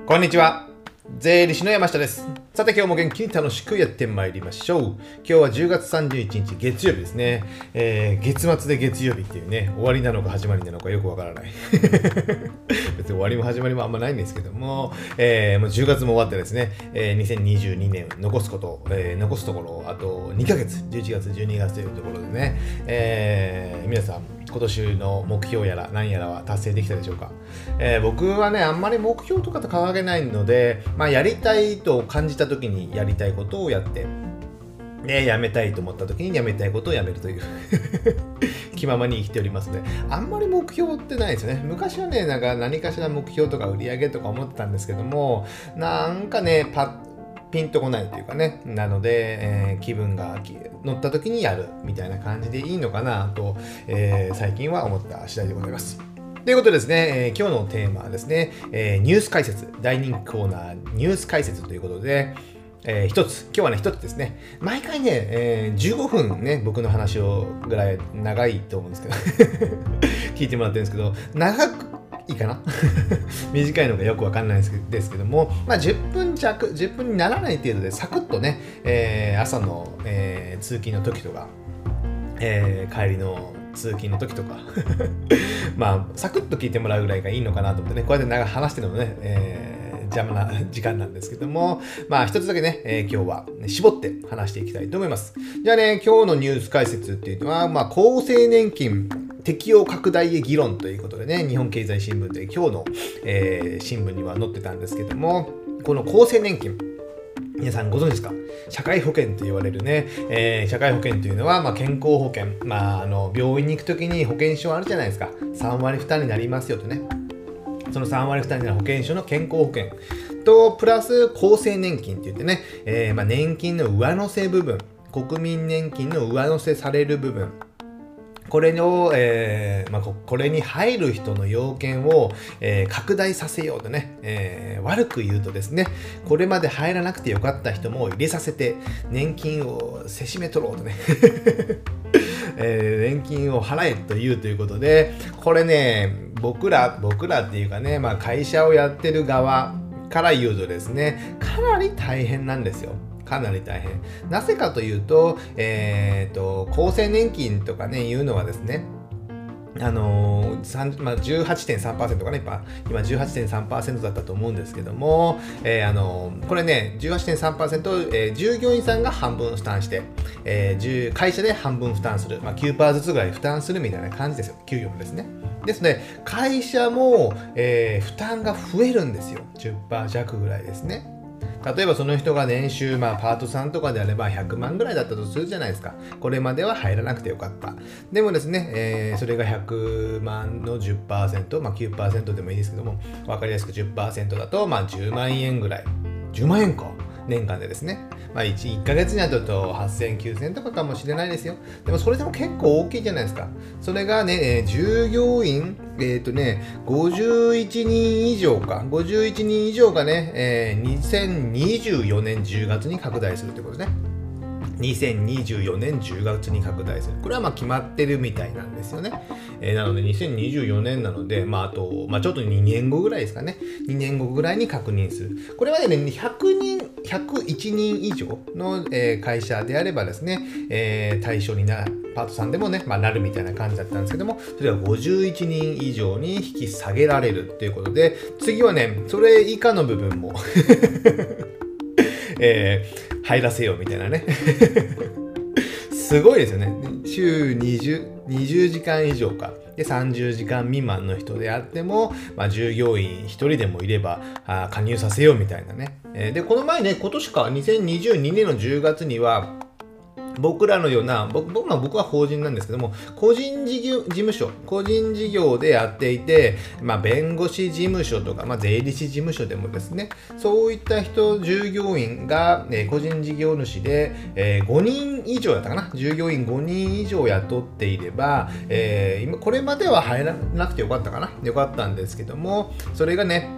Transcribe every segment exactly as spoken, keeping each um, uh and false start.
こんにちは。税理士の山下です。さて今日も元気に楽しくやってまいりましょう。今日はじゅうがつさんじゅういちにち月曜日ですね。えー、月末で月曜日っていうね、終わりなのか始まりなのかよくわからない。別に終わりも始まりもあんまないんですけども、えー、もうじゅうがつも終わってですね、えー、にせんにじゅうにねん残すこと、えー、残すところあとにかげつ、じゅういちがつ、じゅうにがつというところでね、えー、皆さん今年の目標やら何やらは達成できたでしょうか。えー、僕はねあんまり目標とかと掲げないので、まあ、やりたいと感じた時にやりたいことをやって、でやめたいと思った時にやめたいことをやめるという気ままに生きておりますので、あんまり目標ってないですよね。昔はねなんか何かしら目標とか売り上げとか思ってたんですけども、なんかねパッピンとこないというかね、なので、えー、気分が乗った時にやるみたいな感じでいいのかなと、えー、最近は思った次第でございます。ということでですね、えー、今日のテーマはですね、えー、ニュース解説、大人気コーナーニュース解説ということで、えー、一つ、今日はね、一つですね、毎回ね、えー、じゅうごふんね、僕の話をぐらい長いと思うんですけど、聞いてもらってるんですけど、長くいいかな短いのがよくわかんないですけども、まあ、じゅっぷん弱、じゅっぷんにならない程度でサクッとね、えー、朝の、えー、通勤の時とか、えー、帰りの通勤の時とかまあサクッと聞いてもらうぐらいがいいのかなと思ってね、こうやって長く話してるのもね、えー、邪魔な時間なんですけども、まあ一つだけね、えー、今日は、ね、絞って話していきたいと思います。じゃあね、今日のニュース解説っていうのは、まあ厚生年金適用拡大へ議論ということでね、日本経済新聞で今日の、えー、新聞には載ってたんですけども、この厚生年金、皆さんご存知ですか？社会保険と言われるね、えー、社会保険というのは、まあ、健康保険、まあ、あの病院に行くときに保険証あるじゃないですか。さんわり負担になりますよとね。そのさんわり負担になる保険証の健康保険とプラス厚生年金って言ってね、えーまあ、年金の上乗せ部分、国民年金の上乗せされる部分、これの、えーまあ、これに入る人の要件を、えー、拡大させようとね、えー、悪く言うとですね、これまで入らなくてよかった人も入れさせて、年金をせしめ取ろうとね、えー、年金を払えというということで、これね、僕ら、僕らっていうかね、まあ、会社をやってる側から言うとですね、かなり大変なんですよ。かなり大変。なぜかというと、えーと、厚生年金とかね、いうのはですね、あのーまあ、じゅうはちてんさんパーセント かね、今 じゅうはちてんさんパーセント だったと思うんですけども、えーあのー、これね、じゅうはちてんさんパーセント、えー、従業員さんが半分負担して、えー、会社で半分負担する、まあ、きゅうパーセント ずつぐらい負担するみたいな感じですよ、給与もですね。ですので、会社も、えー、負担が増えるんですよ、じゅっパーセント 弱ぐらいですね。例えばその人が年収、まあ、パートさんとかであればひゃくまんぐらいだったとするじゃないですか。これまでは入らなくてよかった。でもですね、えー、それがひゃくまんの じゅっパーセント、まあ、きゅうパーセントでもいいですけども、わかりやすく じゅっパーセント だと、まあ、じゅうまんえんぐらい。じゅうまんえんか。年間でですね。まあ1、いっかげつになるとはっせん、きゅうせんとかかもしれないですよ。でもそれでも結構大きいじゃないですか。それがね、従業員、えっ、ー、とね、ごじゅういちにん以上か。ごじゅういちにん以上がね、えー、にせんにじゅうよねんじゅうがつに拡大するということですね。にせんにじゅうよねんじゅうがつに拡大する。これはまあ決まってるみたいなんですよね。えー、なのでにせんにじゅうよねんなので、まああと、まあちょっとにねんごぐらいですかね。にねんごぐらいに確認する。これはね、ひゃくにん、ひゃくいちにん以上の、えー、会社であればですね、えー、対象になる、パートさんでもね、まあなるみたいな感じだったんですけども、それはごじゅういちにん以上に引き下げられるということで、次はね、それ以下の部分も、えー、入らせようみたいなねすごいですよね。週にじゅう、にじゅうじかん以上かでさんじゅうじかん未満の人であっても、まあ、従業員ひとりでもいればあ加入させようみたいなね、えー、でこの前ね、今年かにせんにじゅうにねんのじゅうがつには僕らのような、僕, 僕, まあ僕は法人なんですけども、個人事業事務所、個人事業でやっていて、まあ、弁護士事務所とか、まあ、税理士事務所でもですね、そういった人、従業員が、えー、個人事業主で、えー、ごにん以上やったかな、従業員ごにん以上雇っていれば、えー、今これまでは入らなくてよかったかな、よかったんですけども、それがね、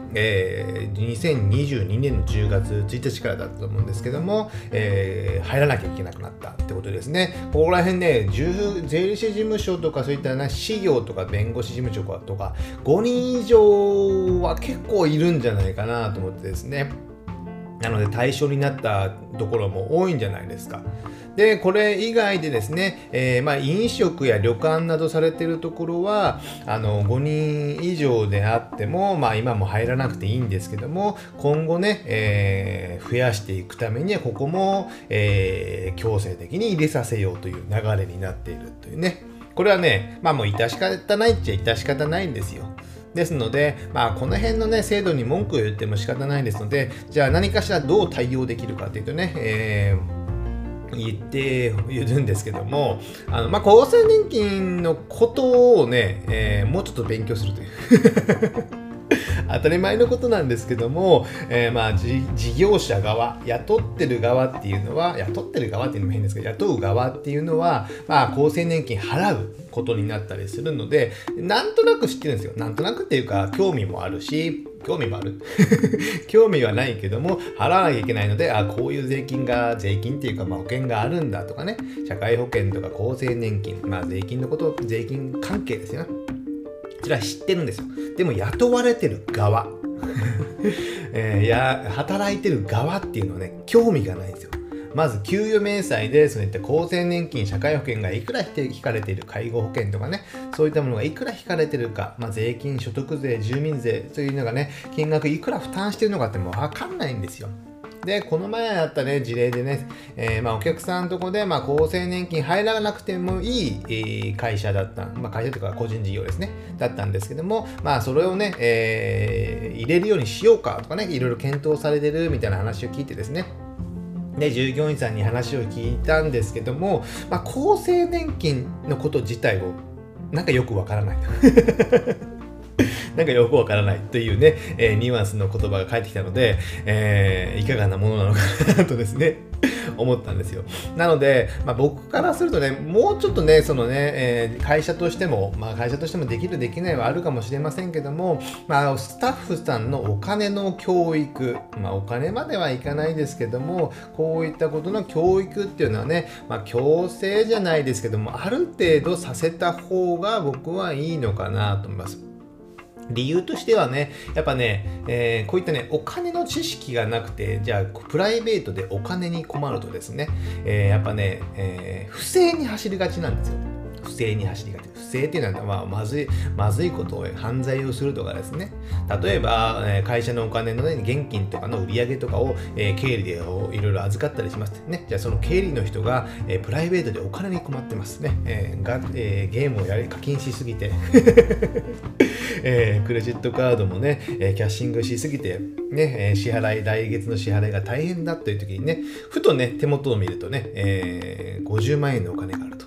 えー、にせんにじゅうにねんのじゅうがつついたちからだったと思うんですけども、えー、入らなきゃいけなくなったってことですね。ここら辺ね、税理士事務所とかそういったね、事業とか弁護士事務所とかごにん以上は結構いるんじゃないかなと思ってですね。なので対象になったところも多いんじゃないですか。で、これ以外でですね、えー、まあ飲食や旅館などされているところは、あのごにん以上であっても、まあ今も入らなくていいんですけども、今後ね、えー、増やしていくためには、ここも、えー、強制的に入れさせようという流れになっているというね。これはね、まあもう致し方ないっちゃ致し方ないんですよ。ですので、まあ、この辺のね、制度に文句を言っても仕方ないですので、じゃあ何かしらどう対応できるかというとね、えー、言っているんですけども、あの、まあ、厚生年金のことをね、えー、もうちょっと勉強するという。当たり前のことなんですけども、えー、まあ事業者側、雇ってる側っていうのは、雇ってる側っていうのも変ですけど、雇う側っていうのは、まあ、厚生年金払うことになったりするので、なんとなく知ってるんですよ。なんとなくっていうか、興味もあるし、興味もある興味はないけども、払わなきゃいけないので、あ、こういう税金が、税金っていうか、まあ、保険があるんだとかね、社会保険とか厚生年金、まあ、税金のこと、税金関係ですよね。こちら知ってるんですよ。でも雇われてる側、えー、や働いてる側っていうのはね、興味がないんですよ。まず給与明細でそういった厚生年金、社会保険がいくら引かれている、介護保険とかね、そういったものがいくら引かれているか、まあ、税金、所得税、住民税というのがね、金額いくら負担しているのかってもう分かんないんですよ。で、この前あったね、事例でね、えー、まあお客さんのとこで、まあ、厚生年金入らなくてもいい、えー、会社だった、まあ、会社とか個人事業ですね、だったんですけども、まあ、それをね、えー、入れるようにしようかとかね、いろいろ検討されてるみたいな話を聞いてですね、で、従業員さんに話を聞いたんですけども、まあ、厚生年金のこと自体を、なんかよくわからないと。なんかよくわからないというね、えー、ニュアンスの言葉が返ってきたので、えー、いかがなものなのかなとですね、思ったんですよ。なので、まあ、僕からするとね、もうちょっとね、そのね、えー、会社としても、まあ、会社としてもできるできないはあるかもしれませんけども、まあ、スタッフさんのお金の教育、まあ、お金まではいかないですけども、こういったことの教育っていうのはね、まあ、強制じゃないですけども、ある程度させた方が僕はいいのかなと思います。理由としてはね、やっぱね、えー、こういったね、お金の知識がなくて、じゃあ、プライベートでお金に困るとですね、えー、やっぱね、えー、不正に走りがちなんですよ。不正に走りがち。不正っていうのは、まあ、まずい、まずいことを、犯罪をするとかですね。例えば、えー、会社のお金のね、現金とかの売り上げとかを、えー、経理でいろいろ預かったりしますね。じゃあ、その経理の人が、えー、プライベートでお金に困ってますね。えーがえー、ゲームをやり、課金しすぎて、えー、クレジットカードもね、えー、キャッシングしすぎて、ね、えー、支払い、来月の支払いが大変だという時にね、ふとね、手元を見るとね、えー、ごじゅうまんえんのお金があると。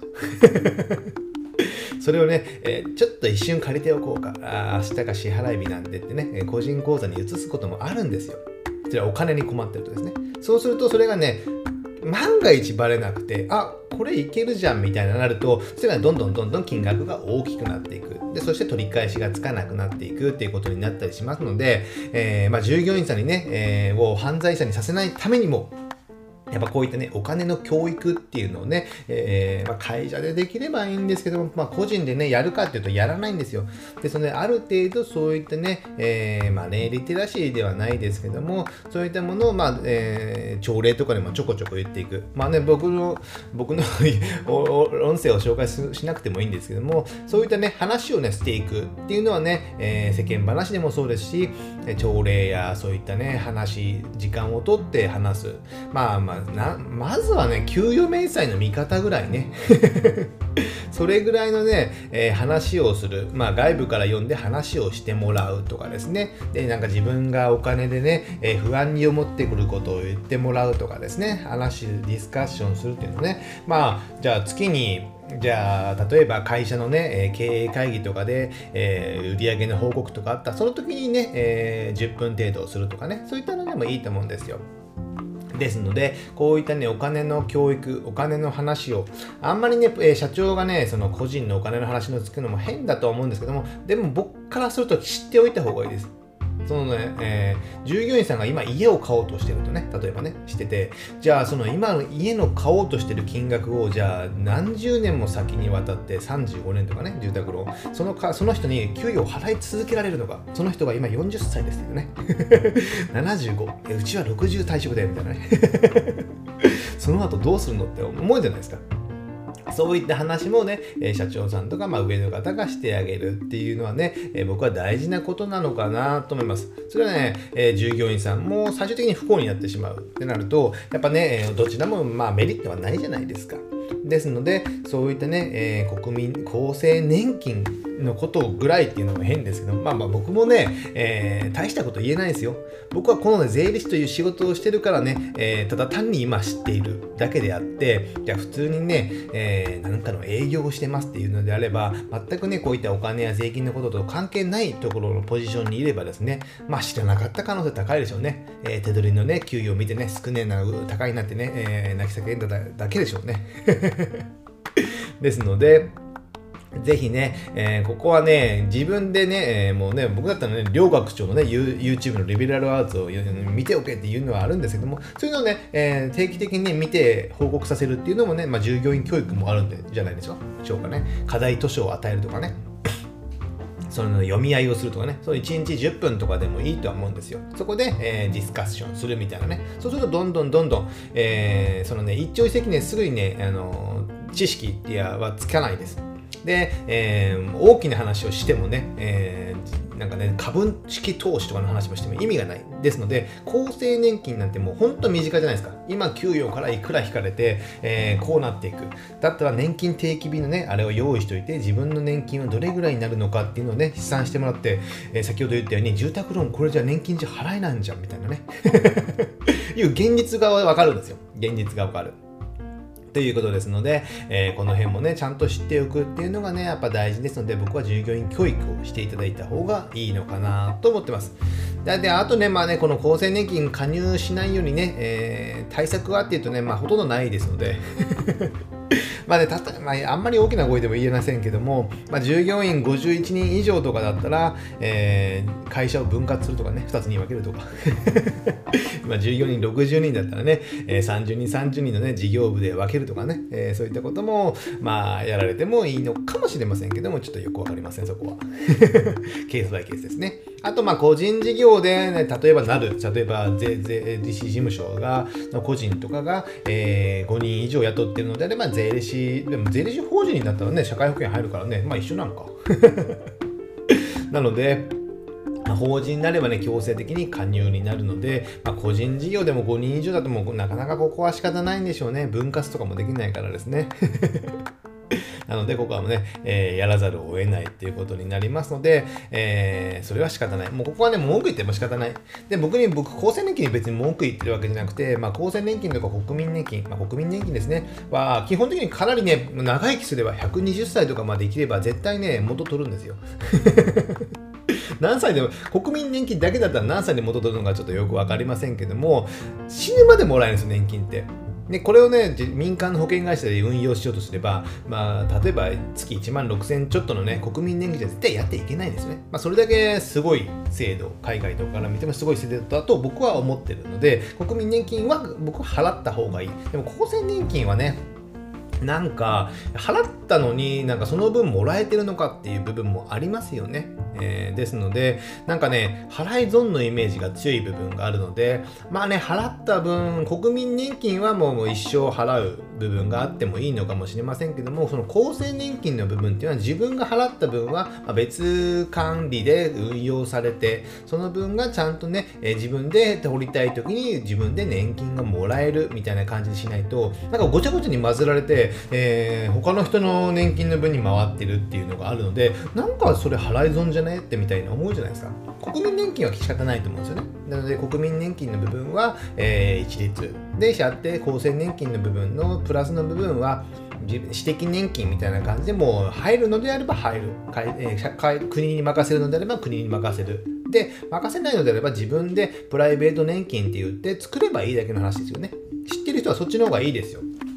それをね、えー、ちょっと一瞬借りておこうか。あ明日が支払い日なんでってね、個人口座に移すこともあるんですよ。それはお金に困ってるとですね。そうすると、それがね、万が一バレなくて、あ、これいけるじゃんみたいになると、それがどんどんどんどん金額が大きくなっていく。で、そして取り返しがつかなくなっていくっていうことになったりしますので、えー、まあ従業員さんにね、えー、を犯罪者にさせないためにも、やっぱこういったね、お金の教育っていうのをね、えーまあ、会社でできればいいんですけども、まあ、個人でね、やるかっていうとやらないんですよ。で、そのね、ある程度そういったね、えー、まあね、リテラシーではないですけども、そういったものを、まあ、えー、朝礼とかでもちょこちょこ言っていく。まあね、僕の、僕の音声を紹介しなくてもいいんですけども、そういったね、話をね、していくっていうのはね、えー、世間話でもそうですし、朝礼やそういったね、話、時間をとって話す。まあまあ、なまずはね、給与明細の見方ぐらいねそれぐらいのね、えー、話をする、まあ、外部から読んで話をしてもらうとかですね。で、なんか自分がお金でね、えー、不安に思ってくることを言ってもらうとかですね、話、ディスカッションするっていうのね。まあ、じゃあ月にじゃあ例えば会社のね、えー、経営会議とかで、えー、売上の報告とかあったその時にね、えー、じゅっぷん程度するとかね、そういったのでもいいと思うんですよ。ですので、こういったね、お金の教育、お金の話を、あんまりね、えー、社長がね、その個人のお金の話のつくのも変だと思うんですけども、でも僕からすると知っておいた方がいいです。 そのね、えー、従業員さんが今家を買おうとしてるとね、例えばね、してて、じゃあその今の家の買おうとしてる金額を、じゃあ何十年も先にわたってさんじゅうごねんとかね、住宅ローン、そのか、その人に給与を払い続けられるのか、その人が今よんじゅっさいですよね。ななじゅうご、え、うちはろくじゅう退職だよみたいなね。その後どうするのって思うじゃないですか。そういった話もね、社長さんとか、まあ、上の方がしてあげるっていうのはね、僕は大事なことなのかなと思います。それはね、従業員さんも最終的に不幸になってしまうってなると、やっぱね、どちらもまあメリットはないじゃないですか。ですので、そういったね、えー、国民厚生年金のことぐらいっていうのも変ですけど、まあまあ僕もね、えー、大したこと言えないですよ。僕はこの、ね、税理士という仕事をしてるからね、えー、ただ単に今知っているだけであって、じゃあ普通にね、えー、なんかの営業をしてますっていうのであれば、全くね、こういったお金や税金のことと関係ないところのポジションにいればですね、まあ知らなかった可能性高いでしょうね。えー、手取りのね、給与を見てね、少ねえな、高いなってね、えー、泣き叫んだだけでしょうね。ですので、ぜひね、えー、ここはね、自分でね、えー、もうね、僕だったらね、両学長のね、YouTube のリベラルアーツを見ておけっていうのはあるんですけども、そういうのをね、えー、定期的にね、見て報告させるっていうのもね、まあ、従業員教育もあるんで、じゃないでしょうかね。課題図書を与えるとかね。その読み合いをするとかね、そういちにちじゅっぷんとかでもいいとは思うんですよ。そこで、えー、ディスカッションするみたいなね。そうするとどんどんどんどん、えー、そのね、一朝一夕ね、すぐにね、あのー、知識ってやはつかないです。で、えー、大きな話をしてもね、えー、なんかね、株式投資とかの話もしても意味がない。ですので、厚生年金なんてもうほんと身近じゃないですか。今、給与からいくら引かれて、えー、こうなっていく。だったら年金定期日のね、あれを用意しておいて、自分の年金はどれぐらいになるのかっていうのをね、試算してもらって、えー、先ほど言ったように、住宅ローンこれじゃ年金じゃ払えないんじゃん、みたいなね。いう現実がわかるんですよ。現実がわかる。ということですので、えー、この辺もね、ちゃんと知っておくっていうのがね、やっぱ大事ですので、僕は従業員教育をしていただいた方がいいのかなと思ってます。で、であとね、まあね、この厚生年金加入しないようにね、えー、対策はっていうとね、まあほとんどないですので、まあね、たとまあ、あんまり大きな声でも言えませんけども、まあ、従業員ごじゅういちにん以上とかだったら、えー、会社を分割するとかね、ふたつに分けるとか。まあ従業員ろくじゅうにんだったらね、えー、さんじゅうにん、さんじゅうにんのね、事業部で分けるとかね、えー、そういったことも、まあ、やられてもいいのかもしれませんけども、ちょっとよくわかりません、そこは。ケースバイケースですね。あと、まあ、個人事業で、ね、例えばなる、例えば税、税理士事務所が、の個人とかが、えー、ごにん以上雇っているのであれば、税理士、でも税理士法人になったらね、社会保険入るからね、まあ一緒なのか。なので、法人になればね、強制的に加入になるので、まあ、個人事業でもごにん以上だともうなかなかここは仕方ないんでしょうね。分割とかもできないからですね。なので、ここはね、えー、やらざるを得ないっていうことになりますので、えー、それは仕方ない。もうここはね、文句言っても仕方ない。で、僕に、僕、厚生年金に別に文句言ってるわけじゃなくて、まあ、厚生年金とか国民年金、まあ、国民年金ですね、は、基本的にかなりね、長生きすればひゃくにじゅっさいとかまで生きれば絶対ね、元取るんですよ。何歳でも、国民年金だけだったら何歳で元取るのかちょっとよくわかりませんけども、死ぬまでもらえるんですよ、年金って。で、これをね、民間の保険会社で運用しようとすれば、まあ、例えば月いちまんろくせんちょっとのね、国民年金じゃ絶対やっていけないんですね。まあ、それだけすごい制度、海外とかから見てもすごい制度だと僕は思ってるので、国民年金は僕は払った方がいい。でも、厚生年金はね、なんか払ったのになんかその分もらえてるのかっていう部分もありますよね。えー、ですのでなんかね払い損のイメージが強い部分があるのでまあね払った分国民年金はもう、もう一生払う部分があってもいいのかもしれませんけどもその厚生年金の部分っていうのは自分が払った分は別管理で運用されてその分がちゃんとね、えー、自分で取りたい時に自分で年金がもらえるみたいな感じにしないとなんかごちゃごちゃに混ぜられてえー、他の人の年金の分に回ってるっていうのがあるのでなんかそれ払い損じゃねってみたいな思うじゃないですか。国民年金は仕方ないと思うんですよね。なので国民年金の部分は、えー、一律でしあって厚生年金の部分のプラスの部分は私的年金みたいな感じでもう入るのであれば入る、えー、国に任せるのであれば国に任せるで任せないのであれば自分でプライベート年金って言って作ればいいだけの話ですよね。知ってる人はそっちの方がいいですよ。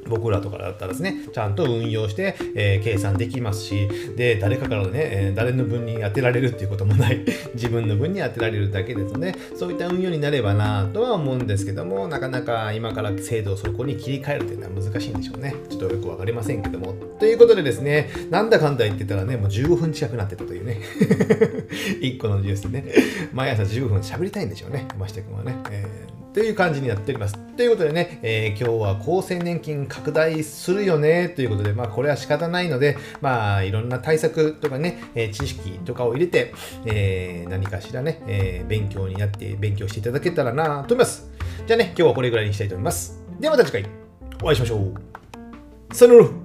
僕らとかだったらですね、ちゃんと運用して、えー、計算できますし、で、誰かからね、えー、誰の分に当てられるっていうこともない、自分の分に当てられるだけですので、そういった運用になればなとは思うんですけども、なかなか今から制度をそこに切り替えるというのは難しいんでしょうね。ちょっとよくわかりませんけども。ということでですね、なんだかんだ言ってたらね、もうじゅうごふん近くなってたというね、いっこのニュースでね、毎朝じゅうごふん喋りたいんでしょうね、山下君はね。えーという感じになっております。ということでね、えー、今日は厚生年金拡大するよねということで、まあこれは仕方ないので、まあいろんな対策とかね、えー、知識とかを入れて、えー、何かしらね、えー、勉強になって勉強していただけたらなと思います。じゃあね、今日はこれぐらいにしたいと思います。ではまた次回お会いしましょう。さよなら。